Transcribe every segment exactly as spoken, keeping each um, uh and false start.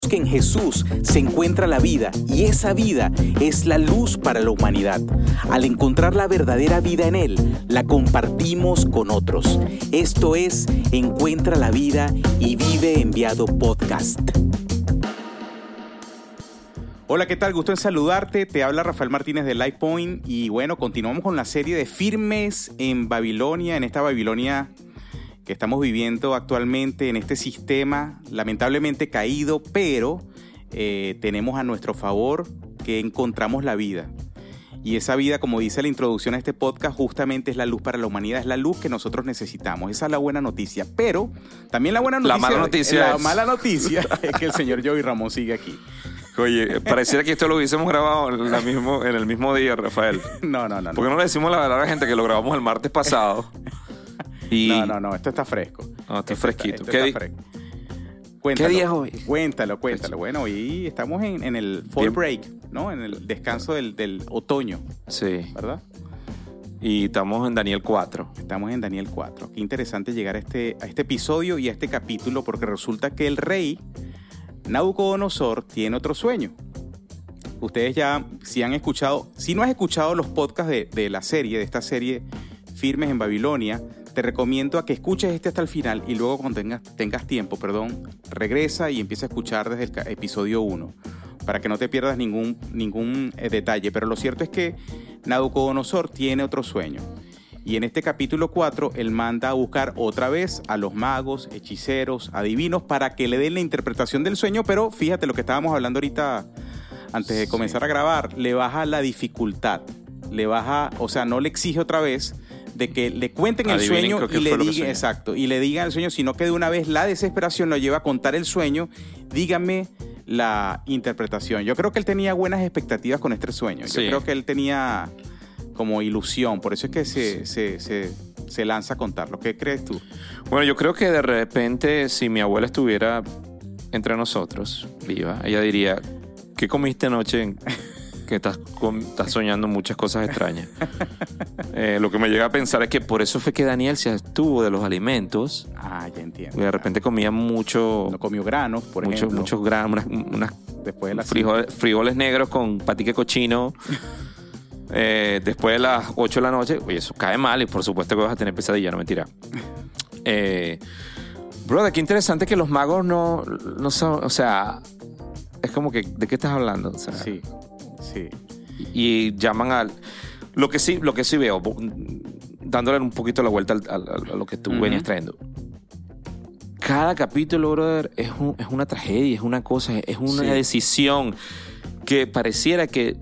Que en Jesús se encuentra la vida y esa vida es la luz para la humanidad. Al encontrar la verdadera vida en Él, la compartimos con otros. Esto es Encuentra la Vida y Vive Enviado Podcast. Hola, ¿qué tal? Gusto en saludarte. Te habla Rafael Martínez de Life Point y bueno, continuamos con la serie de Firmes en Babilonia, en esta Babilonia que estamos viviendo actualmente, en este sistema lamentablemente caído, pero eh, tenemos a nuestro favor que encontramos la vida. Y esa vida, como dice la introducción a este podcast, justamente es la luz para la humanidad, es la luz que nosotros necesitamos. Esa es la buena noticia. Pero también la buena noticia, la mala noticia, la es... mala noticia es que el señor Joey Ramón sigue aquí. Oye, pareciera que esto lo hubiésemos grabado en, la mismo, en el mismo día, Rafael. No, no, no. ¿Por qué no le decimos la verdad a la gente que lo grabamos el martes pasado? Y... No, no, no, esto está fresco. No, está esto fresquito. Está, esto ¿Qué, está fresco. Cuéntalo, ¿Qué día es hoy? Cuéntalo, cuéntalo. Bueno, hoy estamos en, en el fall Bien. break, ¿no? En el descanso del, del otoño. Sí. ¿Verdad? Y estamos en Daniel cuatro. Estamos en Daniel cuatro. Qué interesante llegar a este, a este episodio y a este capítulo porque resulta que el rey Nabucodonosor tiene otro sueño. Ustedes ya, si han escuchado, si no has escuchado los podcasts de, de la serie, de esta serie Firmes en Babilonia, te recomiendo a que escuches este hasta el final y luego cuando tengas, tengas tiempo, perdón, regresa y empieza a escuchar desde el episodio uno para que no te pierdas ningún, ningún eh, detalle. Pero lo cierto es que Nabucodonosor tiene otro sueño y en este capítulo cuatro él manda a buscar otra vez a los magos, hechiceros, adivinos para que le den la interpretación del sueño, pero fíjate lo que estábamos hablando ahorita antes de comenzar sí. a grabar, le baja la dificultad, le baja, o sea, no le exige otra vez de que le cuenten el Adivinen, sueño y le digan, exacto, y le digan el sueño, sino que de una vez la desesperación lo lleva a contar el sueño. Dígame la interpretación. Yo creo que él tenía buenas expectativas con este sueño. Sí. Yo creo que él tenía como ilusión, por eso es que se, sí. se, se, se lanza a contarlo. ¿Qué crees tú? Bueno, yo creo que de repente, si mi abuela estuviera entre nosotros, viva, ella diría, ¿qué comiste anoche en... que estás, estás soñando muchas cosas extrañas? Eh, lo que me llega a pensar es que por eso fue que Daniel se abstuvo de los alimentos. Ah, ya entiendo. De repente comía mucho... No comió granos, por mucho, ejemplo. Muchos granos, unas, unas después de las frijoles, frijoles negros con patique cochino. eh, después de las ocho de la noche. Oye, eso cae mal y por supuesto que vas a tener pesadilla, no mentira. Eh, brother, qué interesante que los magos no, no son... O sea, es como que... ¿De qué estás hablando? O sea, sí. Sí. Y, y llaman al... Lo que sí, lo que sí veo, dándole un poquito la vuelta al, al, a lo que tú uh-huh. venías trayendo. Cada capítulo, brother, es, un, es una tragedia, es una cosa, es una sí. decisión que pareciera que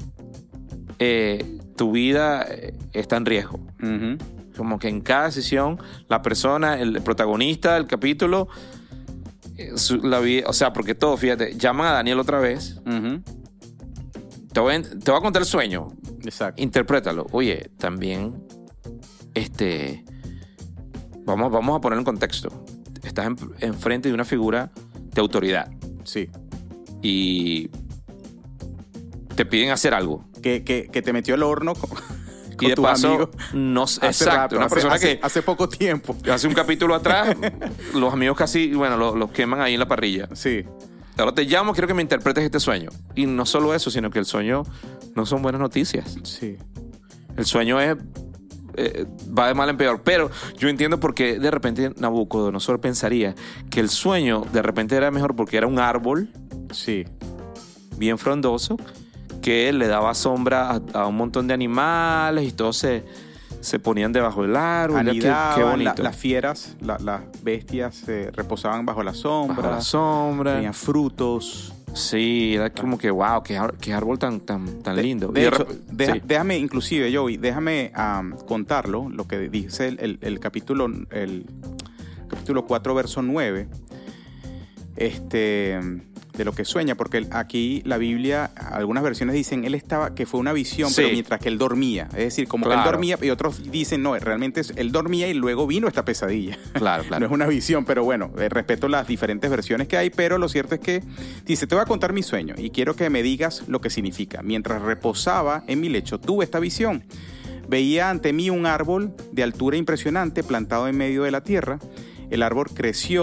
eh, tu vida está en riesgo. Uh-huh. Como que en cada decisión, la persona, el protagonista del capítulo, su, la vida, o sea, porque todo, fíjate, llaman a Daniel otra vez. Uh-huh. Te voy, a, te voy a contar el sueño. Exacto. Interprétalo. Oye, también, este, vamos, vamos a poner en contexto. Estás en, enfrente de una figura de autoridad. Sí. Y te piden hacer algo. Que, que, que te metió el horno con, y de tus paso, amigos. No, exacto. Rato, una hace, persona hace, que hace poco tiempo. Hace un capítulo atrás, los amigos casi, bueno, los, los queman ahí en la parrilla. Sí. Ahora te llamo, quiero que me interpretes este sueño. Y no solo eso, sino que el sueño no son buenas noticias. Sí. El sueño es eh, va de mal en peor. Pero yo entiendo por qué de repente Nabucodonosor pensaría que el sueño de repente era mejor porque era un árbol. Sí. Bien frondoso, que le daba sombra a, a un montón de animales y todos se, se ponían debajo del árbol. Anidaban, qué, qué bonito. La, las fieras, la, las bestias eh, reposaban bajo la sombra. Bajo la sombra. Tenían frutos. Sí, era como que wow, qué, qué árbol tan, tan, tan de, lindo. De hecho, rep- deja, sí. déjame, inclusive, Joey, déjame um, contarlo, lo que dice el, el, el capítulo el capítulo cuatro, verso nueve. Este... de lo que sueña, porque aquí la Biblia, algunas versiones dicen él estaba, que fue una visión, sí. pero mientras que él dormía, es decir, como claro. que él dormía, y otros dicen no, realmente él dormía y luego vino esta pesadilla. Claro, claro. No es una visión, pero bueno, eh, respeto las diferentes versiones que hay, pero lo cierto es que dice, te voy a contar mi sueño y quiero que me digas lo que significa. Mientras reposaba en mi lecho, tuve esta visión. Veía ante mí un árbol de altura impresionante plantado en medio de la tierra. El árbol creció,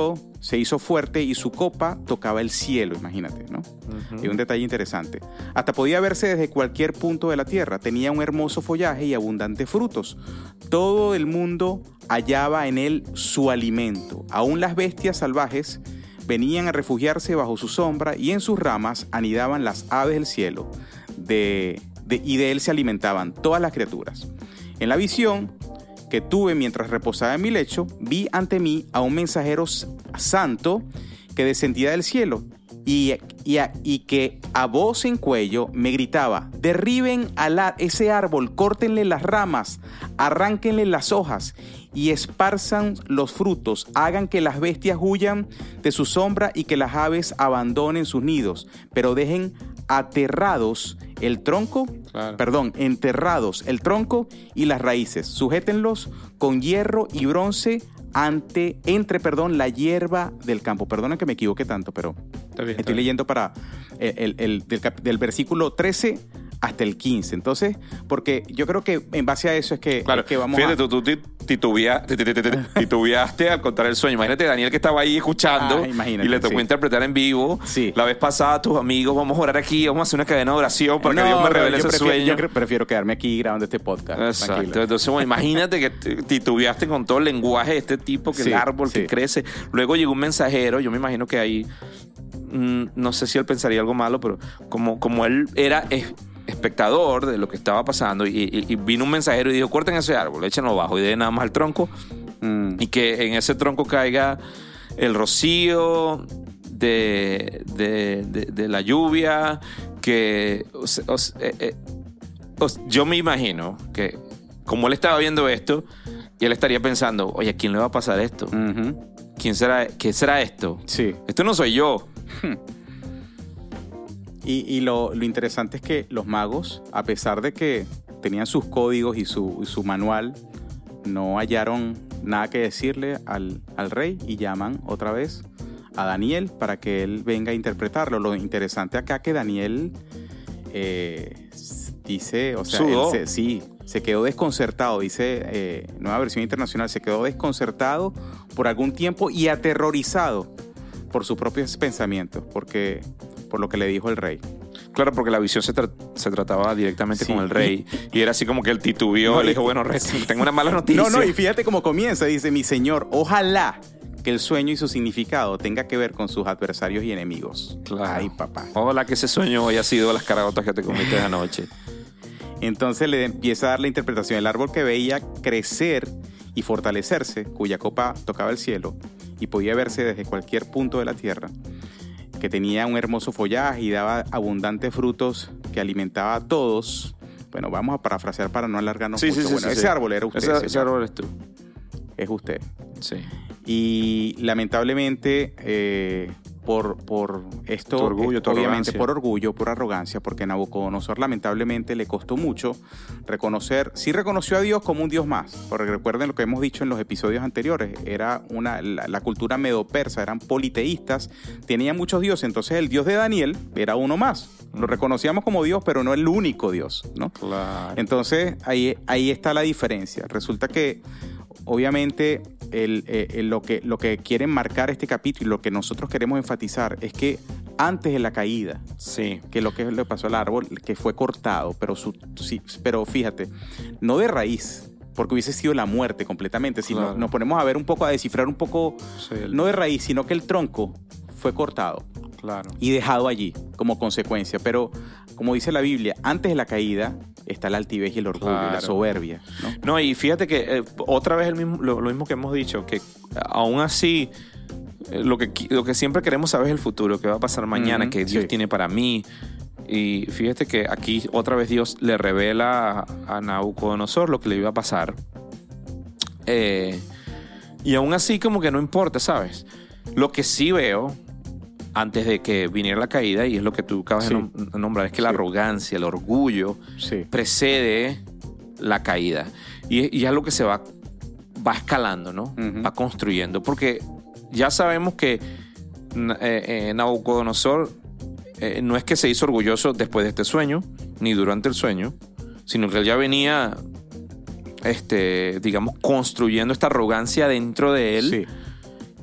se hizo fuerte y su copa tocaba el cielo, imagínate, ¿no? Uh-huh. Es un detalle interesante. Hasta podía verse desde cualquier punto de la tierra. Tenía un hermoso follaje y abundantes frutos. Todo el mundo hallaba en él su alimento. Aún las bestias salvajes venían a refugiarse bajo su sombra y en sus ramas anidaban las aves del cielo de, de, y de él se alimentaban todas las criaturas. En la visión que tuve mientras reposaba en mi lecho, vi ante mí a un mensajero santo que descendía del cielo y, y, a, y que a voz en cuello me gritaba: derriben a la, ese árbol, córtenle las ramas, arránquenle las hojas y esparzan los frutos, hagan que las bestias huyan de su sombra y que las aves abandonen sus nidos, pero dejen aterrados el tronco, claro. perdón, enterrados el tronco y las raíces. Sujétenlos con hierro y bronce ante, entre, perdón, la hierba del campo. Perdona que me equivoque tanto, pero está bien, estoy está leyendo bien. para el, el, el del, del versículo trece hasta el quince. Entonces, porque yo creo que en base a eso es que, claro, es que vamos fíjate, a... tú, tú titubea, titubeaste al contar el sueño. Imagínate Daniel que estaba ahí escuchando ah, y le tocó sí. interpretar en vivo. Sí. La vez pasada tus amigos, vamos a orar aquí, vamos a hacer una cadena de oración para no, que Dios me revele ese prefiero, sueño. Yo prefiero quedarme aquí grabando este podcast. Exacto. Tranquilo. Entonces, bueno, imagínate que titubeaste con todo el lenguaje de este tipo, que sí, el árbol sí. que crece. Luego llegó un mensajero, yo me imagino que ahí, mmm, no sé si él pensaría algo malo, pero como, como él era... Es, espectador de lo que estaba pasando y, y, y vino un mensajero y dijo: corten ese árbol, échenlo abajo y den nada más al tronco mm. y que en ese tronco caiga el rocío de, de, de, de la lluvia que o sea, o sea, eh, eh, o sea, yo me imagino que como él estaba viendo esto y él estaría pensando: oye, ¿a quién le va a pasar esto? Uh-huh. ¿Quién será, ¿Qué será esto? Sí. Esto no soy yo. Hmm. Y, y lo, lo interesante es que los magos, a pesar de que tenían sus códigos y su, y su manual, no hallaron nada que decirle al, al rey y llaman otra vez a Daniel para que él venga a interpretarlo. Lo interesante acá es que Daniel eh, dice, o sea, él se, sí, se quedó desconcertado, dice eh, Nueva Versión Internacional, se quedó desconcertado por algún tiempo y aterrorizado por sus propios pensamientos, porque por lo que le dijo el rey. Claro, porque la visión se, tra- se trataba directamente sí. con el rey y era así como que él titubeó, no, le dijo: bueno, rey, tengo una mala noticia. No, no, y fíjate cómo comienza, dice: mi señor, ojalá que el sueño y su significado tenga que ver con sus adversarios y enemigos. Claro. Ay, papá. Ojalá que ese sueño haya sido las caragotas que te comiste anoche. Entonces le empieza a dar la interpretación: el árbol que veía crecer y fortalecerse, cuya copa tocaba el cielo y podía verse desde cualquier punto de la tierra, que tenía un hermoso follaje y daba abundantes frutos que alimentaba a todos. Bueno, vamos a parafrasear para no alargarnos sí, mucho. Sí, sí, bueno, sí, ese sí. árbol era usted. Ese, ese árbol eres tú. Es usted. Sí. Y lamentablemente, eh, por, por esto, tu orgullo, tu obviamente arrogancia. por orgullo, por arrogancia, porque Nabucodonosor lamentablemente le costó mucho reconocer, sí reconoció a Dios como un Dios más, porque recuerden lo que hemos dicho en los episodios anteriores, era una, la, la cultura medo-persa, eran politeístas, tenían muchos dioses, entonces el Dios de Daniel era uno más, lo reconocíamos como Dios, pero no el único Dios, ¿no? Claro. Entonces ahí, ahí está la diferencia, resulta que obviamente el, el, lo, que, lo que quieren marcar este capítulo y lo que nosotros queremos enfatizar es que antes de la caída, sí. que lo que le pasó al árbol, que fue cortado, pero, su, sí, pero fíjate, no de raíz, porque hubiese sido la muerte completamente. Si claro. no, nos ponemos a ver un poco, a descifrar un poco, sí, el... no de raíz, sino que el tronco fue cortado. Claro. Y dejado allí como consecuencia. Pero, como dice la Biblia, antes de la caída está la altivez y el orgullo, claro. y la soberbia. ¿no? No, y fíjate que eh, otra vez el mismo, lo, lo mismo que hemos dicho, que aún así, eh, lo, que, lo que siempre queremos saber es el futuro, qué va a pasar mañana, mm-hmm, que Dios sí. tiene para mí. Y fíjate que aquí otra vez Dios le revela a, a Nabucodonosor lo que le iba a pasar. Eh, y aún así como que no importa, ¿sabes? Lo que sí veo antes de que viniera la caída, y es lo que tú acabas sí. de nom- nombrar, es que sí. la arrogancia, el orgullo sí. precede la caída. Y, y es algo que se va, va escalando, ¿no? Uh-huh. Va construyendo. Porque ya sabemos que eh, eh, Nabucodonosor eh, no es que se hizo orgulloso después de este sueño, ni durante el sueño, sino que él ya venía, este, digamos, construyendo esta arrogancia dentro de él. Sí.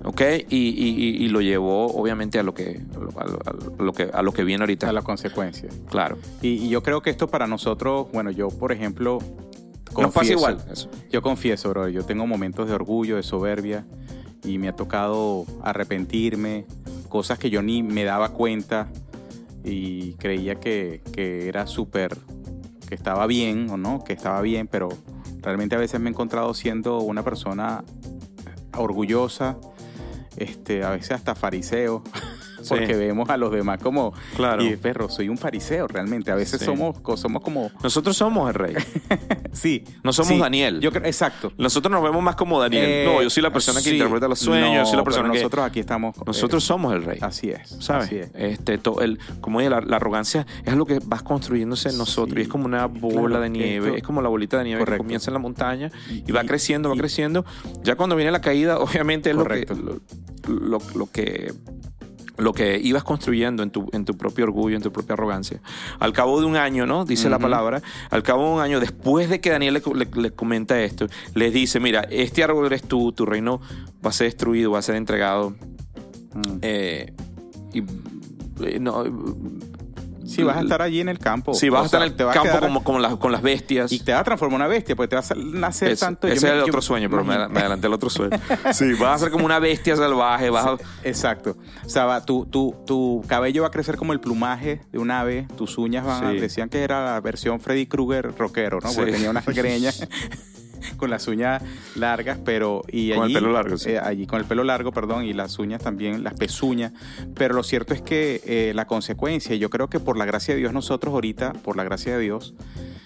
¿ok? Y, y, y lo llevó, obviamente, a lo que a lo, a lo que a lo que viene ahorita. A la consecuencia. Claro. Y, y yo creo que esto para nosotros, bueno, yo, por ejemplo, confieso, nos pasa igual. Eso. Yo confieso, bro, yo tengo momentos de orgullo, de soberbia, y me ha tocado arrepentirme, cosas que yo ni me daba cuenta y creía que, que era súper, que estaba bien o no, que estaba bien, pero realmente a veces me he encontrado siendo una persona orgullosa, este, a veces hasta fariseo, porque sí. vemos a los demás como, claro. y perro, soy un fariseo realmente, a veces sí. somos, somos como... Nosotros somos el rey. Sí. No somos sí. Daniel. Yo creo, exacto. Nosotros nos vemos más como Daniel. Eh, no, yo soy la persona que sí. interpreta los sueños, no, yo soy la persona pero que... nosotros aquí estamos... Nosotros eh, somos el rey. Así es. ¿Sabes? Así es. Este, todo el, como dije, la, la arrogancia es algo que vas construyéndose en nosotros, sí. y es como una bola claro, de nieve, esto, es como la bolita de nieve correcto. Que comienza en la montaña y, y va creciendo, va y, creciendo. Ya cuando viene la caída, obviamente es lo que, lo, lo, lo que lo que ibas construyendo en tu, en tu propio orgullo, en tu propia arrogancia. Al cabo de un año, ¿no? Dice uh-huh. la palabra, al cabo de un año, después de que Daniel le, le, le comenta esto, les dice, mira, este árbol eres tú, tu reino va a ser destruido, va a ser entregado. Uh-huh. Eh, y eh, no... Sí, vas a estar allí en el campo. Sí, vas o a estar sea, en el campo como, como las, con las bestias. Y te vas a transformar en una bestia, porque te vas a nacer es, tanto... Ese yo es me, el yo, otro sueño, pero me, me adelanté al otro sueño. Sí, vas a ser como una bestia salvaje. Vas a... sí, exacto. O sea, va, tu, tu, tu cabello va a crecer como el plumaje de un ave, tus uñas van sí. a... Decían que era la versión Freddy Krueger rockero, ¿no? Porque sí. tenía unas greñas... con las uñas largas, pero... Y con allí, el pelo largo, sí. Eh, allí con el pelo largo, perdón, y las uñas también, las pezuñas. Pero lo cierto es que eh, la consecuencia, yo creo que por la gracia de Dios nosotros ahorita, por la gracia de Dios,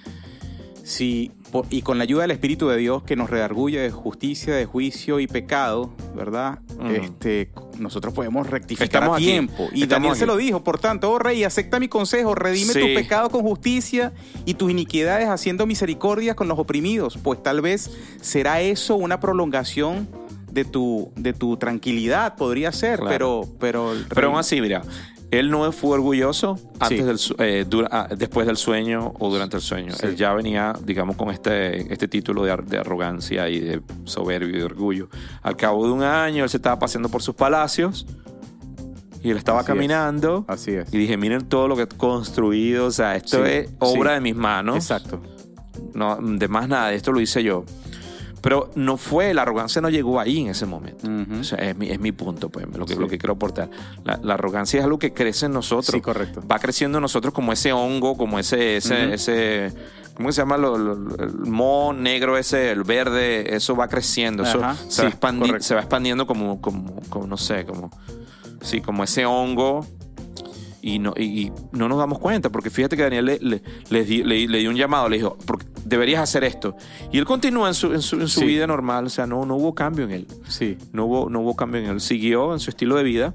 sí, por, y con la ayuda del Espíritu de Dios que nos redarguye de justicia, de juicio y pecado, ¿verdad? Uh-huh. Este, nosotros podemos rectificar Estamos a tiempo. Aquí. Y Estamos Daniel aquí. Se lo dijo, por tanto, oh rey, acepta mi consejo, redime sí. tus pecados con justicia y tus iniquidades haciendo misericordia con los oprimidos, pues tal vez será eso una prolongación de tu, de tu tranquilidad, podría ser, claro. pero... Pero, pero aún así, mira... Él no fue orgulloso antes sí. del, eh, dura, después del sueño o durante el sueño. Sí. Él ya venía, digamos, con este, este título de, de arrogancia y de soberbio y de orgullo. Al cabo de un año, él se estaba paseando por sus palacios y él estaba Así caminando. Es. Así es. Y dije, miren todo lo que he construido. O sea, esto sí. es obra sí. de mis manos. Exacto. No, de más nada, esto lo hice yo. Pero no fue, la arrogancia no llegó ahí en ese momento. Uh-huh. O sea, es mi, es mi punto, pues, lo que, sí. lo que quiero aportar. La, la arrogancia es algo que crece en nosotros. Sí, correcto. Va creciendo en nosotros como ese hongo, como ese, ese, uh-huh. ese ¿cómo se llama? Lo, lo, el moho negro ese, el verde, eso va creciendo. Eso se, sí, va expandi- se va expandiendo como, como, como, no sé, como, sí, como ese hongo. Y no, y, y no nos damos cuenta, porque fíjate que Daniel le, le, le, di, le, le dio un llamado, le dijo, deberías hacer esto. Y él continúa en su, en su, en su sí. vida normal, o sea, no, no hubo cambio en él. Sí. No hubo, no hubo cambio en él. Siguió en su estilo de vida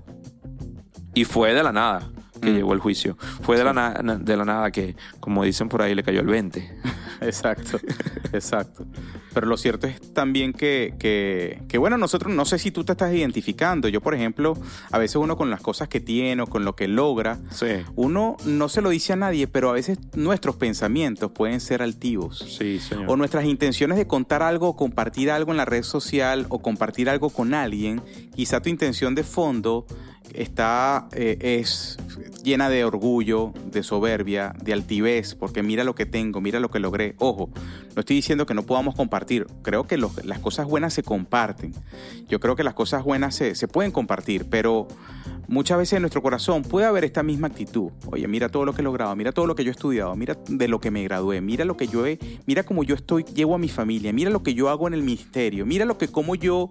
y fue de la nada que mm. llegó el juicio. Fue de, sí. la na- de la nada que, como dicen por ahí, le cayó el veinte. Exacto, exacto. Pero lo cierto es también que, que, que, bueno, nosotros, no sé si tú te estás identificando. Yo, por ejemplo, a veces uno con las cosas que tiene o con lo que logra, sí. uno no se lo dice a nadie, pero a veces nuestros pensamientos pueden ser altivos. Sí, señor. O nuestras intenciones de contar algo, o compartir algo en la red social o compartir algo con alguien, quizá tu intención de fondo está eh, es llena de orgullo, de soberbia, de altivez, porque mira lo que tengo, mira lo que logré. Ojo, no estoy diciendo que no podamos compartir. Creo que los, las cosas buenas se comparten. Yo creo que las cosas buenas se, se pueden compartir, pero muchas veces en nuestro corazón puede haber esta misma actitud. Oye, mira todo lo que he logrado, mira todo lo que yo he estudiado, mira de lo que me gradué, mira lo que yo he, mira cómo yo estoy, llevo a mi familia, mira lo que yo hago en el ministerio, mira lo que como yo.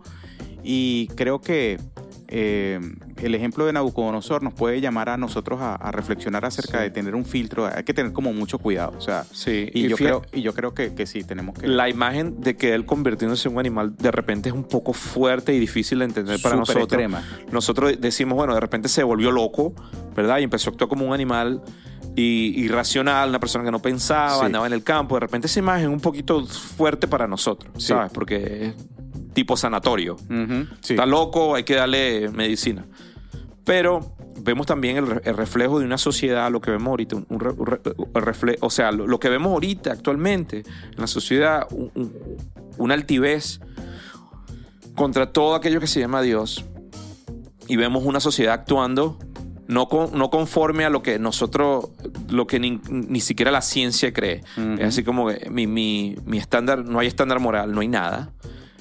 Y creo que Eh, el ejemplo de Nabucodonosor nos puede llamar a nosotros a, a reflexionar acerca sí. de tener un filtro. Hay que tener como mucho cuidado, o sea, sí. y, y, yo fíjate, creo, y yo creo que, que sí, tenemos que... La imagen de que él convirtiéndose en un animal de repente es un poco fuerte y difícil de entender para Súper nosotros. Extrema. Nosotros decimos, bueno, de repente se volvió loco, ¿verdad? Y empezó a actuar como un animal y, irracional, una persona que no pensaba, sí. andaba en el campo. De repente esa imagen es un poquito fuerte para nosotros, sí. ¿sabes? Porque es tipo sanatorio. Uh-huh, sí. Está loco, hay que darle medicina. Pero vemos también el, el reflejo de una sociedad, lo que vemos ahorita, un, un, un reflejo, o sea, lo, lo que vemos ahorita actualmente en la sociedad, un, un, una altivez contra todo aquello que se llama Dios, y vemos una sociedad actuando no, con, no conforme a lo que nosotros, lo que ni, ni siquiera la ciencia cree. Uh-huh. Es así como que mi, mi, mi estándar, no hay estándar moral, no hay nada.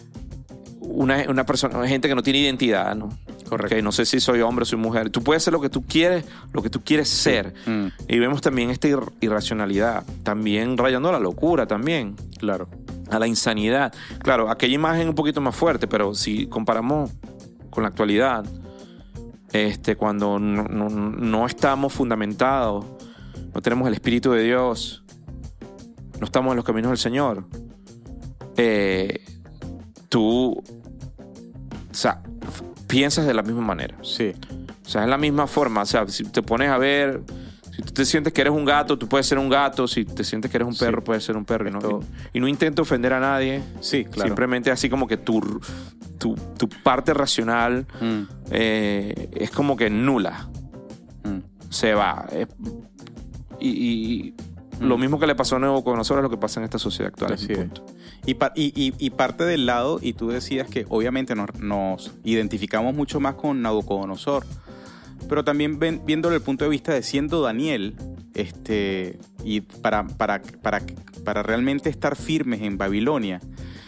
Una, una persona, una gente que no tiene identidad, ¿no? Correcto. Okay, no sé si soy hombre o soy mujer. Tú puedes ser lo que tú quieres, lo que tú quieres ser. Sí. Mm. Y vemos también esta ir- irracionalidad, también rayando a la locura también. Claro. A la insanidad. Claro, aquella imagen un poquito más fuerte, pero si comparamos con la actualidad, este, cuando no, no, no estamos fundamentados, no tenemos el Espíritu de Dios, no estamos en los caminos del Señor, eh, tú, o sea, piensas de la misma manera. Sí. O sea, es la misma forma. O sea, si te pones a ver, si tú te sientes que eres un gato, tú puedes ser un gato. Si te sientes que eres un perro, sí. puedes ser un perro. Y no, y, y no intento ofender a nadie. Sí, claro. Simplemente así como que tu, tu, tu parte racional mm. eh, es como que nula. Mm. Se va. Eh, y... y lo mismo que le pasó a Nabucodonosor es lo que pasa en esta sociedad actual. Así es. Y, pa- y, y, y parte del lado, y tú decías que obviamente nos, nos identificamos mucho más con Nabucodonosor, pero también ven, viéndolo desde el punto de vista de siendo Daniel, este, y para, para, para, para realmente estar firmes en Babilonia,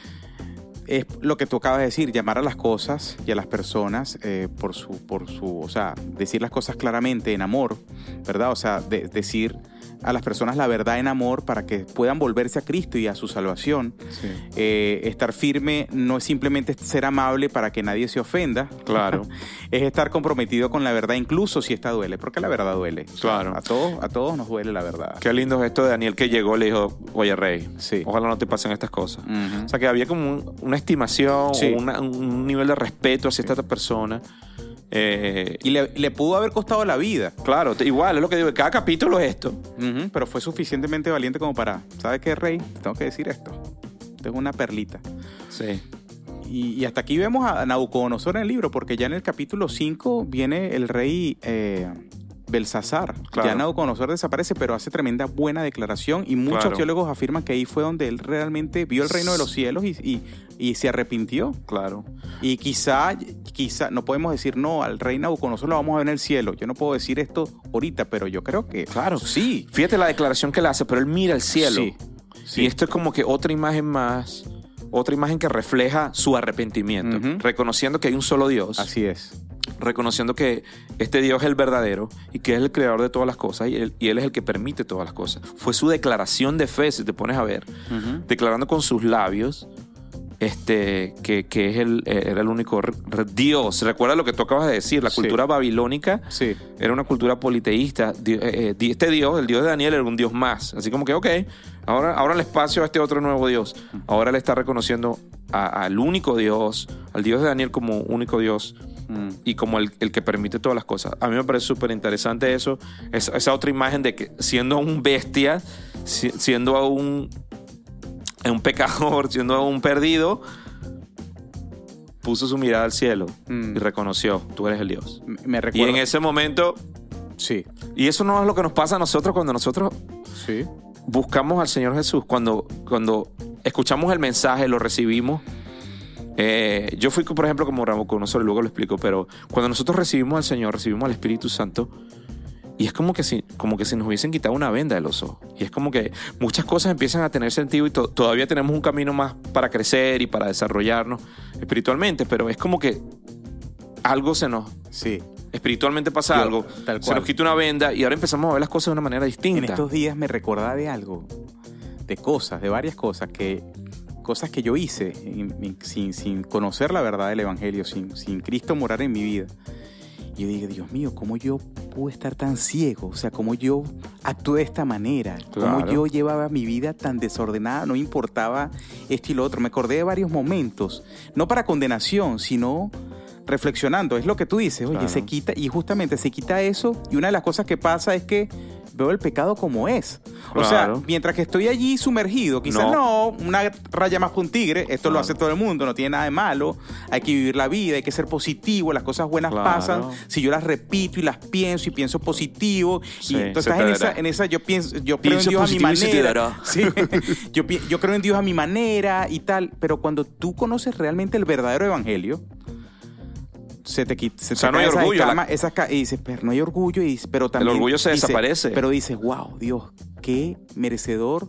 es lo que tú acabas de decir, llamar a las cosas y a las personas eh, por su, por su, o sea, decir las cosas claramente en amor, ¿verdad? O sea, de, decir a las personas la verdad en amor para que puedan volverse a Cristo y a su salvación. Sí. Eh, estar firme no es simplemente ser amable para que nadie se ofenda. Claro. Es estar comprometido con la verdad, incluso si esta duele, porque la verdad duele. Claro. O sea, a todos, a todos nos duele la verdad. Qué lindo es esto de Daniel que llegó y le dijo, oye, rey, sí. ojalá no te pasen estas cosas. Uh-huh. O sea, que había como un, una estimación, sí. una, un nivel de respeto hacia sí. esta persona. Eh, y le, le pudo haber costado la vida. Claro, igual, es lo que digo, cada capítulo es esto. Uh-huh, pero fue suficientemente valiente como para, ¿sabes qué, rey? Te tengo que decir esto. Esto es una perlita. Sí. Y, y hasta aquí vemos a Nabucodonosor en el libro, porque ya en el capítulo cinco viene el rey eh, Belsasar. Claro. Ya Nabucodonosor desaparece, pero hace tremenda buena declaración y muchos claro. teólogos afirman que ahí fue donde él realmente vio el reino de los cielos y, y, y se arrepintió. Claro. Y quizá, quizá, no podemos decir, no, al rey Nabucodonosor lo vamos a ver en el cielo. Yo no puedo decir esto ahorita, pero yo creo que... Claro, sí. Fíjate la declaración que él hace, pero él mira el cielo. Sí. Sí. Y esto es como que otra imagen más, otra imagen que refleja su arrepentimiento, uh-huh. reconociendo que hay un solo Dios. Así es. Reconociendo que este Dios es el verdadero y que es el creador de todas las cosas y él, y él es el que permite todas las cosas. Fue su declaración de fe, si te pones a ver, uh-huh. declarando con sus labios este, que, que es el, era el único Dios. Recuerda lo que tú acabas de decir, la cultura sí. babilónica sí. era una cultura politeísta. Este Dios, el Dios de Daniel, era un Dios más. Así como que, ok, ahora, ahora el espacio a este otro nuevo Dios. Ahora le está reconociendo a, al único Dios, al Dios de Daniel como único Dios mm. y como el, el que permite todas las cosas. A mí me parece súper interesante eso, esa, esa otra imagen de que siendo un bestia, siendo un... un pecador, siendo un perdido, puso su mirada al cielo mm. y reconoció, tú eres el Dios. Me recuerdo. Y en ese momento, sí. Y eso no es lo que nos pasa a nosotros cuando nosotros sí. buscamos al Señor Jesús, cuando, cuando escuchamos el mensaje, lo recibimos. Eh, yo fui, por ejemplo, como Nabucodonosor, luego lo explico, pero cuando nosotros recibimos al Señor, recibimos al Espíritu Santo, y es como que si, como que si nos hubiesen quitado una venda de los ojos. Y es como que muchas cosas empiezan a tener sentido y to- todavía tenemos un camino más para crecer y para desarrollarnos espiritualmente, pero es como que algo se nos... Sí. Espiritualmente pasa Yo, algo, tal cual. Se nos quita una venda y ahora empezamos a ver las cosas de una manera distinta. En estos días me recordaba de algo, de cosas, de varias cosas que... cosas que yo hice sin, sin conocer la verdad del Evangelio, sin, sin Cristo morar en mi vida. Y yo digo, Dios mío, ¿cómo yo pude estar tan ciego? O sea, ¿cómo yo actué de esta manera? Claro. ¿Cómo yo llevaba mi vida tan desordenada? No importaba esto y lo otro. Me acordé de varios momentos, no para condenación, sino reflexionando. Es lo que tú dices, oye, claro. se quita, y justamente se quita eso, y una de las cosas que pasa es que veo el pecado como es. Claro. O sea, mientras que estoy allí sumergido, quizás no, no una raya más que un tigre, esto claro. lo hace todo el mundo, no tiene nada de malo, hay que vivir la vida, hay que ser positivo, las cosas buenas claro. pasan, si yo las repito y las pienso y pienso positivo, sí, y entonces en esa, en esa yo pienso, yo creo pienso en Dios a mi manera, sí, yo, yo creo en Dios a mi manera y tal, pero cuando tú conoces realmente el verdadero evangelio, se te quita. Se O sea, te no hay caen esas orgullo, escamas, la- esas ca- y dices, pero no hay orgullo, y, pero también. orgullo se dice- desaparece. Pero dices, wow, Dios, qué merecedor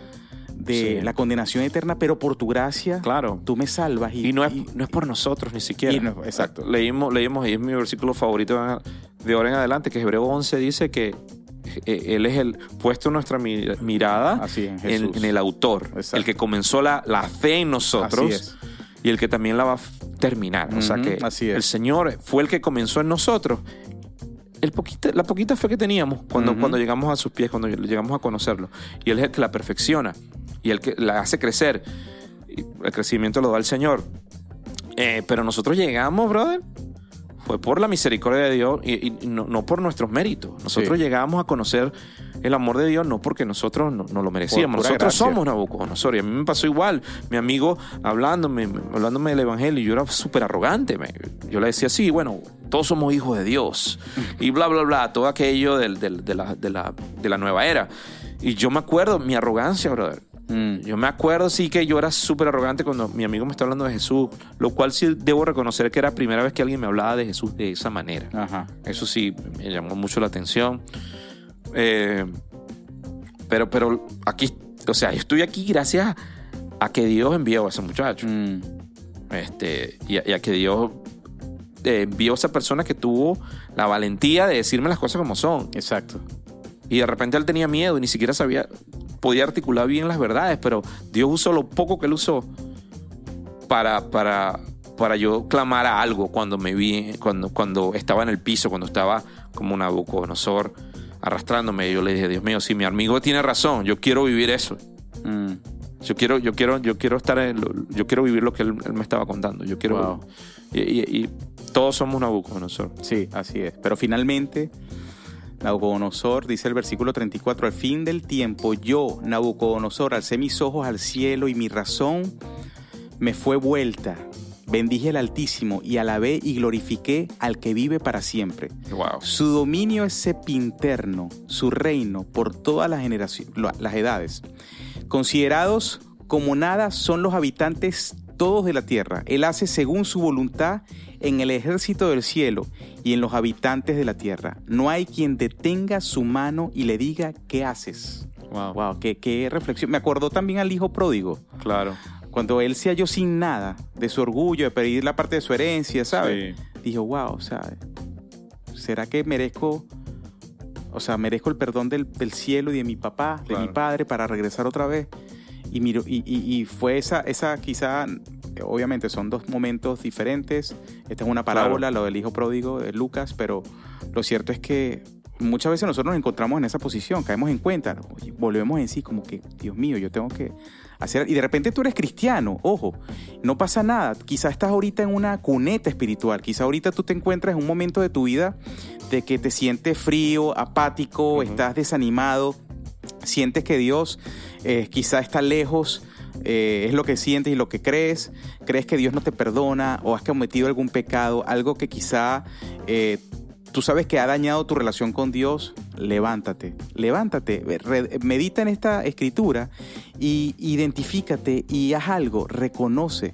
de Sí. la condenación eterna, pero por tu gracia, Claro. tú me salvas. Y, Y no es, y- no es por nosotros ni siquiera. Y no- exacto. Leímos, leímos, y es mi versículo favorito de ahora en adelante, que Hebreo once dice que eh, Él es el puesto nuestra mi- mirada Así es, en, Jesús. en el autor, Exacto. el que comenzó la, la fe en nosotros Así es. y el que también la va a f- terminar. O sea Ujú, que así es. el Señor fue el que comenzó en nosotros. El poquita, la poquita fe que teníamos cuando, Ujú. cuando llegamos a sus pies, cuando llegamos a conocerlo. Y Él es el que la perfecciona y el que la hace crecer. Y el crecimiento lo da el Señor. Eh, pero nosotros llegamos, brother, fue por la misericordia de Dios y, y no, no por nuestros méritos. Nosotros Sí. llegamos a conocer el amor de Dios no porque nosotros no, no lo merecíamos. Por pura Nosotros gracia. somos Nabucodonosor. Y a mí me pasó igual. Mi amigo hablándome, hablándome del evangelio, y yo era súper arrogante. Me- yo le decía, sí, bueno, todos somos hijos de Dios. Y bla, bla, bla. Todo aquello del- del- de, la, de, la, de la nueva era. Y yo me acuerdo, mi arrogancia, brother. Mm. Yo me acuerdo, sí, que yo era súper arrogante cuando mi amigo me está hablando de Jesús, lo cual sí debo reconocer que era la primera vez que alguien me hablaba de Jesús de esa manera. Ajá. Eso sí, me llamó mucho la atención. Eh, pero, pero aquí, o sea, yo estoy aquí gracias a que Dios envió a ese muchacho. Mm. Este, y, a, y a que Dios eh, envió a esa persona que tuvo la valentía de decirme las cosas como son. Exacto. Y de repente él tenía miedo y ni siquiera sabía, podía articular bien las verdades, pero Dios usó lo poco que él usó para, para, para yo clamar a algo cuando me vi, cuando, cuando estaba en el piso, cuando estaba como un Nabucodonosor arrastrándome. Yo le dije, Dios mío, si mi amigo tiene razón, yo quiero vivir eso. Mm. Yo quiero, yo quiero, yo quiero estar en lo- yo quiero vivir lo que él, él me estaba contando. Yo quiero. Wow. Y, y- y todos somos Nabucodonosor. Sí, así es. Pero finalmente, Nabucodonosor, dice el versículo treinta y cuatro, al fin del tiempo, yo, Nabucodonosor, alcé mis ojos al cielo y mi razón me fue vuelta. Bendije al Altísimo y alabé y glorifiqué al que vive para siempre. Wow. Su dominio es sempiterno, su reino por todas las generaciones, las edades. Considerados como nada son los habitantes todos de la tierra. Él hace según su voluntad en el ejército del cielo y en los habitantes de la tierra. No hay quien detenga su mano y le diga, ¿qué haces? Wow. Wow, qué, qué reflexión. Me acordó también al hijo pródigo. Claro. Cuando él se halló sin nada de su orgullo, de pedir la parte de su herencia, ¿sabes? Sí. Dijo, wow, o sea, ¿será que merezco, o sea, merezco el perdón del, del cielo y de mi papá, de Claro. mi padre, para regresar otra vez? Y, miro, y, y, y fue esa, esa quizá, obviamente son dos momentos diferentes. Esta es una parábola, Claro. lo del hijo pródigo de Lucas, pero lo cierto es que muchas veces nosotros nos encontramos en esa posición, caemos en cuenta, oye, volvemos en sí como que, Dios mío, yo tengo que hacer... Y de repente tú eres cristiano, ojo, no pasa nada. Quizá estás ahorita en una cuneta espiritual, quizá ahorita tú te encuentras en un momento de tu vida de que te sientes frío, apático, Uh-huh. estás desanimado, sientes que Dios eh, quizá está lejos, eh, es lo que sientes y lo que crees, crees que Dios no te perdona o has cometido algún pecado, algo que quizá eh, tú sabes que ha dañado tu relación con Dios. Levántate, levántate, re- medita en esta escritura y identifícate y haz algo, reconoce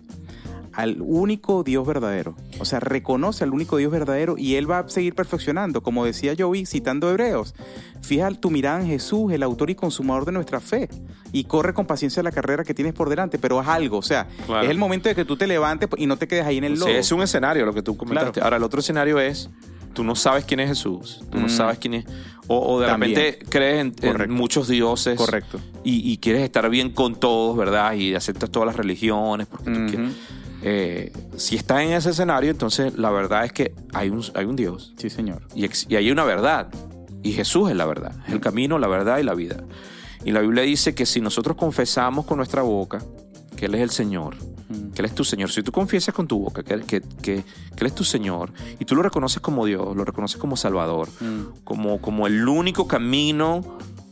al único Dios verdadero. O sea, reconoce al único Dios verdadero y Él va a seguir perfeccionando. Como decía Joey citando Hebreos, fija tu mirada en Jesús, el autor y consumador de nuestra fe, y corre con paciencia la carrera que tienes por delante, pero haz algo. O sea, Claro. es el momento de que tú te levantes y no te quedes ahí en el lodo. Sí, es un escenario lo que tú comentaste. Claro. Ahora, el otro escenario es, tú no sabes quién es Jesús, tú no Mm. sabes quién es, o, o de También. repente crees en, en Correcto. muchos dioses. Correcto. Y, y quieres estar bien con todos, ¿verdad? Y aceptas todas las religiones, porque tú Ujú. quieres. Eh, si estás en ese escenario, entonces la verdad es que hay un, hay un Dios Sí, Señor. y, ex- y hay una verdad. Y Jesús es la verdad, es el camino, la verdad y la vida. Y la Biblia dice que si nosotros confesamos con nuestra boca que Él es el Señor, Mm. que Él es tu Señor, si tú confiesas con tu boca que, que, que, que Él es tu Señor y tú lo reconoces como Dios, lo reconoces como Salvador, Mm. como, como el único camino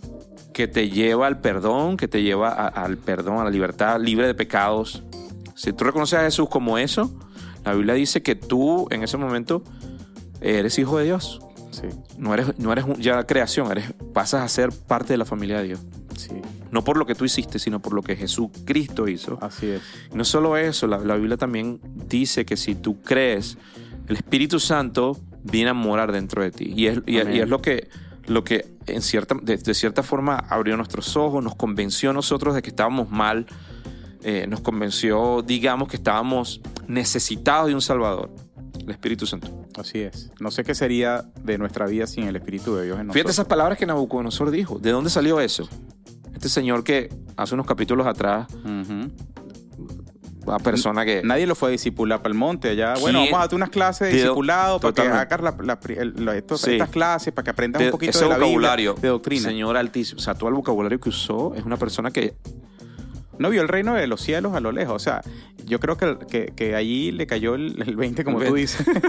que te lleva al perdón, que te lleva a- al perdón, a la libertad, libre de pecados. Si tú reconoces a Jesús como eso, la Biblia dice que tú en ese momento eres hijo de Dios. Sí, No eres, no eres un- ya creación, eres, pasas a ser parte de la familia de Dios. sí, No por lo que tú hiciste, sino por lo que Jesucristo hizo. así es. Y no solo eso, la, la Biblia también dice que si tú crees el Espíritu Santo viene a morar dentro de ti. Y es, y, y es lo que, lo que en cierta, de, de cierta forma abrió nuestros ojos, nos convenció a nosotros de que estábamos mal, eh, nos convenció, digamos, que estábamos necesitados de un Salvador, el Espíritu Santo. Así es. No sé qué sería de nuestra vida sin el Espíritu de Dios en nosotros. Fíjate esas palabras que Nabucodonosor dijo. ¿De dónde salió eso? Este señor que hace unos capítulos atrás, Uh-huh. una persona que... Nadie lo fue a discipular para el monte allá. Bueno, vamos a darte unas clases de De- discipulado para que totalmente. hagas la, la, el- la- estos- Sí. estas clases, para que aprendas de- un poquito ese de la vocabulario, Biblia, de doctrina. Señor altísimo. O sea, todo el vocabulario que usó es una persona que... No vio el reino de los cielos a lo lejos. O sea, yo creo que, que, que allí le cayó el, el veinte, como El tú veinte. dices.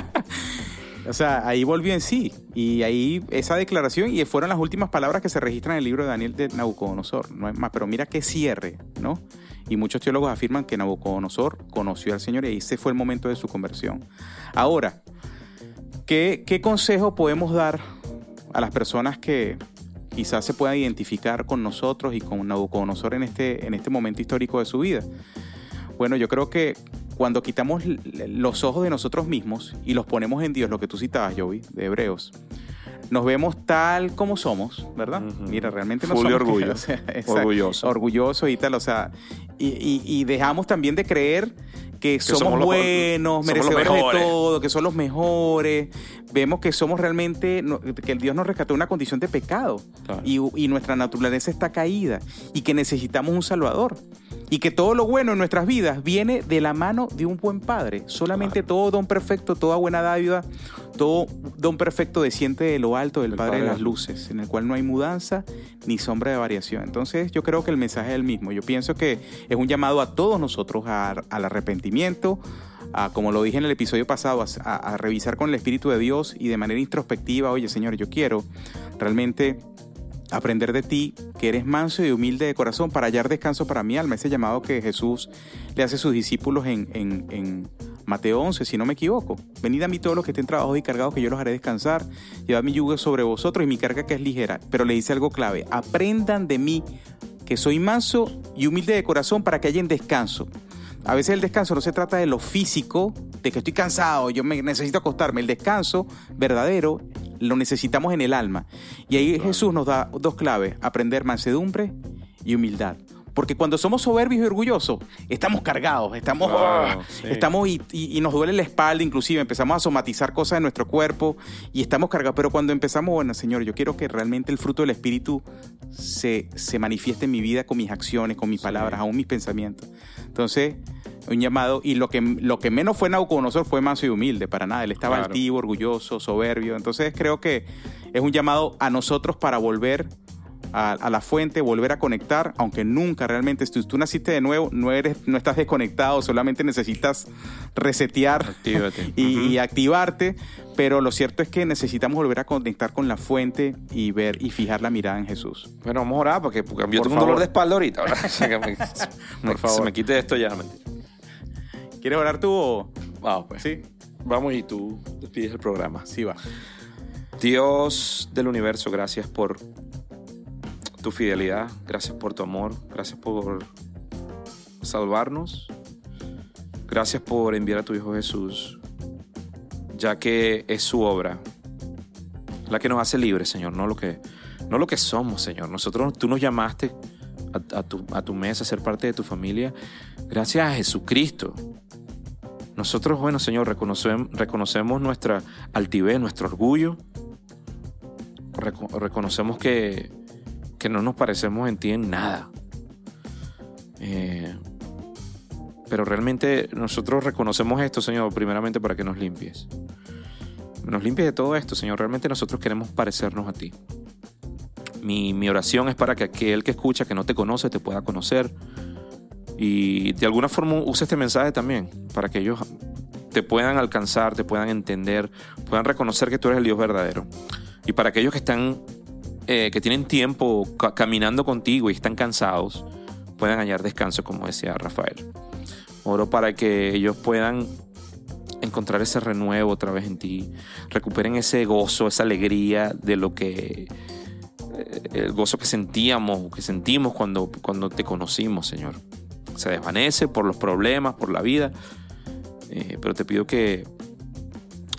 O sea, ahí volvió en sí. Y ahí esa declaración, y fueron las últimas palabras que se registran en el libro de Daniel de Nabucodonosor. No es más, pero mira qué cierre, ¿no? Y muchos teólogos afirman que Nabucodonosor conoció al Señor y ese fue el momento de su conversión. Ahora, ¿qué, qué consejo podemos dar a las personas que quizás se puedan identificar con nosotros y con Nabucodonosor en este, en este momento histórico de su vida? Bueno, yo creo que cuando quitamos los ojos de nosotros mismos y los ponemos en Dios, lo que tú citabas, Joey, de Hebreos, nos vemos tal como somos, ¿verdad? Uh-huh. Mira, realmente no Full somos... orgullo. O sea, exacto, Orgulloso. Orgulloso y tal, o sea, y, y, y dejamos también de creer que, somos, somos los- buenos, somos los merecedores de mejores. todo, que son los mejores. Vemos que somos realmente, no- que el Dios nos rescató de una condición de pecado. Claro. Y, y nuestra naturaleza está caída y que necesitamos un Salvador. Y que todo lo bueno en nuestras vidas viene de la mano de un buen Padre. Solamente Claro. todo don perfecto, toda buena dádiva, todo don perfecto desciende de lo alto del El Padre Padre de de las las luces, en el cual no hay mudanza ni sombra de variación. Entonces yo creo que el mensaje es el mismo. Yo pienso que es un llamado a todos nosotros a- al arrepentimiento, a, como lo dije en el episodio pasado, a, a revisar con el Espíritu de Dios y de manera introspectiva, oye Señor, yo quiero realmente aprender de ti, que eres manso y humilde de corazón, para hallar descanso para mi alma. Ese llamado que Jesús le hace a sus discípulos en, en, en Mateo once, si no me equivoco. Venid a mí todos los que estén trabajados y cargados, que yo los haré descansar. Llevad mi yugo sobre vosotros y mi carga que es ligera. Pero le dice algo clave: aprendan de mí, que soy manso y humilde de corazón, para que hallen descanso. A veces el descanso no se trata de lo físico, de que estoy cansado, yo me necesito acostarme. El descanso verdadero lo necesitamos en el alma. Y ahí Jesús nos da dos claves: aprender mansedumbre y humildad. Porque cuando somos soberbios y orgullosos, estamos cargados, estamos, Claro, oh, sí. estamos y, y, y nos duele la espalda, inclusive empezamos a somatizar cosas en nuestro cuerpo y estamos cargados. Pero cuando empezamos, bueno, Señor, yo quiero que realmente el fruto del Espíritu se, se manifieste en mi vida con mis acciones, con mis Sí. palabras, aún mis pensamientos. Entonces, un llamado, y lo que, lo que menos fue Nabucodonosor fue manso y humilde, para nada. Él estaba Claro. altivo, orgulloso, soberbio. Entonces creo que es un llamado a nosotros para volver a, a la fuente, volver a conectar, aunque nunca realmente, si tú naciste de nuevo, no eres, no estás desconectado, solamente necesitas resetear Actívate. y, Ujú. y activarte. Pero lo cierto es que necesitamos volver a conectar con la fuente y ver y fijar la mirada en Jesús. Bueno, vamos a orar porque, porque yo Por tengo un favor. dolor de espalda ahorita. ¿Verdad? O sea, que me- me- Por favor. Se me quite esto ya. Mentira. ¿Quieres orar tú o...? Vamos, pues. Sí, Vamos y tú despides el programa. sí va. Dios del universo, gracias por tu fidelidad, gracias por tu amor, gracias por salvarnos, gracias por enviar a tu Hijo Jesús, ya que es su obra la que nos hace libres, Señor, no lo que, no lo que somos, Señor. Nosotros, tú nos llamaste a, a, tu, a tu mesa, a ser parte de tu familia, gracias a Jesucristo. Nosotros, bueno, Señor, reconocemos, reconocemos nuestra altivez, nuestro orgullo. Reco- reconocemos que, que no nos parecemos en ti en nada. Eh, pero realmente nosotros reconocemos esto, Señor, primeramente para que nos limpies. Nos limpies de todo esto, Señor. Realmente nosotros queremos parecernos a ti. Mi, mi oración es para que aquel que escucha, que no te conoce, te pueda conocer. Y de alguna forma use este mensaje también, para que ellos te puedan alcanzar, te puedan entender, puedan reconocer que tú eres el Dios verdadero. Y para aquellos que están, eh, que tienen tiempo ca- caminando contigo y están cansados, puedan hallar descanso, como decía Rafael. Oro para que ellos puedan encontrar ese renuevo otra vez en ti, recuperen ese gozo, esa alegría de lo que, eh, el gozo que sentíamos, que sentimos cuando, cuando te conocimos, Señor. Se desvanece por los problemas, por la vida, eh, pero te pido que,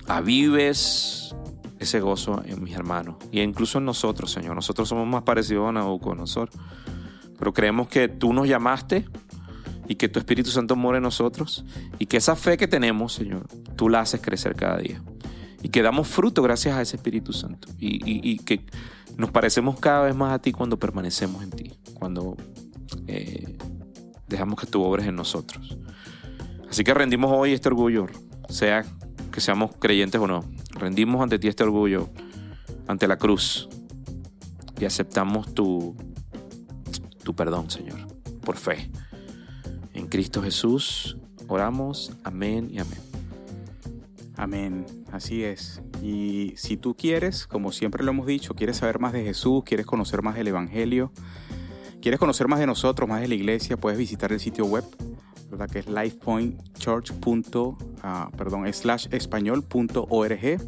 avives ese gozo en mis hermanos y incluso en nosotros, Señor. Nosotros somos más parecidos a Nabucodonosor, pero creemos que tú nos llamaste y que tu Espíritu Santo mora en nosotros y que esa fe que tenemos, Señor, tú la haces crecer cada día y que damos fruto gracias a ese Espíritu Santo y, y, y que nos parecemos cada vez más a ti cuando permanecemos en ti, cuando eh, dejamos que tú obres en nosotros. Así que rendimos hoy este orgullo, sea que seamos creyentes o no. Rendimos ante ti este orgullo, ante la cruz, y aceptamos tu, tu perdón, Señor, por fe. En Cristo Jesús oramos. Amén y amén. Amén, así es. Y si tú quieres, como siempre lo hemos dicho, quieres saber más de Jesús, quieres conocer más del Evangelio, quieres conocer más de nosotros, más de la iglesia, puedes visitar el sitio web, ¿verdad? Que es lifepointchurch. Uh, perdón, slash español punto org.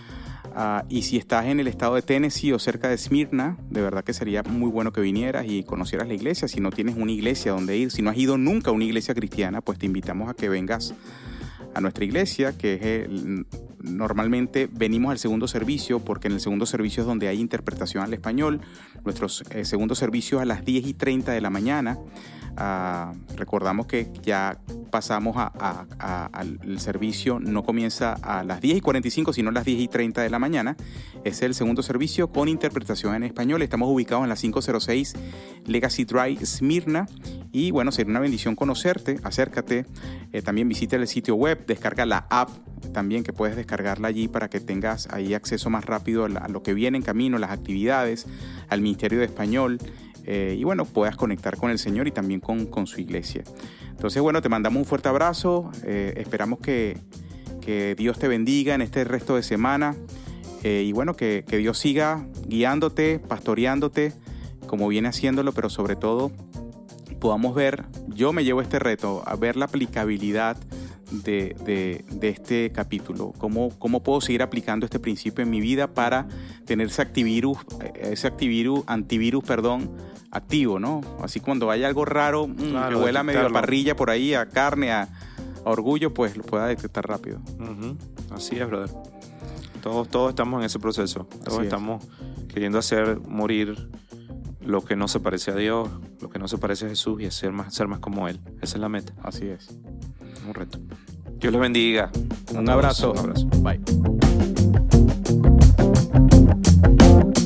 Uh, y si estás en el estado de Tennessee o cerca de Esmirna, de verdad que sería muy bueno que vinieras y conocieras la iglesia. Si no tienes una iglesia donde ir, si no has ido nunca a una iglesia cristiana, pues te invitamos a que vengas a nuestra iglesia, que es el, normalmente venimos al segundo servicio, porque en el segundo servicio es donde hay interpretación al español. Nuestros eh, segundo servicio a las diez y treinta de la mañana. Uh, recordamos que ya pasamos a, a, a, al servicio, no comienza a las diez y cuarenta y cinco, sino a las diez y treinta de la mañana. Es el segundo servicio con interpretación en español. Estamos ubicados en la quinientos seis Legacy Drive, Esmirna. Y bueno, sería una bendición conocerte, acércate. Eh, también visita el sitio web, descarga la app también, que puedes descargarla allí para que tengas ahí acceso más rápido a, la, a lo que viene en camino, las actividades, al Ministerio de Español. Eh, y bueno, puedas conectar con el Señor y también con, con su iglesia. Entonces, bueno, te mandamos un fuerte abrazo. Eh, esperamos que, que Dios te bendiga en este resto de semana. Eh, y bueno, que, que Dios siga guiándote, pastoreándote, como viene haciéndolo, pero sobre todo podamos ver, yo me llevo este reto, a ver la aplicabilidad de, de, de este capítulo. Cómo, cómo puedo seguir aplicando este principio en mi vida para tener ese antivirus, ese antivirus, antivirus, perdón, activo, ¿no? Así cuando haya algo raro, claro, que huela medio a parrilla por ahí, a carne, a, a orgullo, pues lo pueda detectar rápido. Uh-huh. Así es, brother. Todos, todos estamos en ese proceso. Todos Así estamos es. queriendo hacer morir lo que no se parece a Dios, lo que no se parece a Jesús y ser más, ser más como Él. Esa es la meta. Así es. Un reto. Dios les bendiga. Un abrazo. Un abrazo. Bye.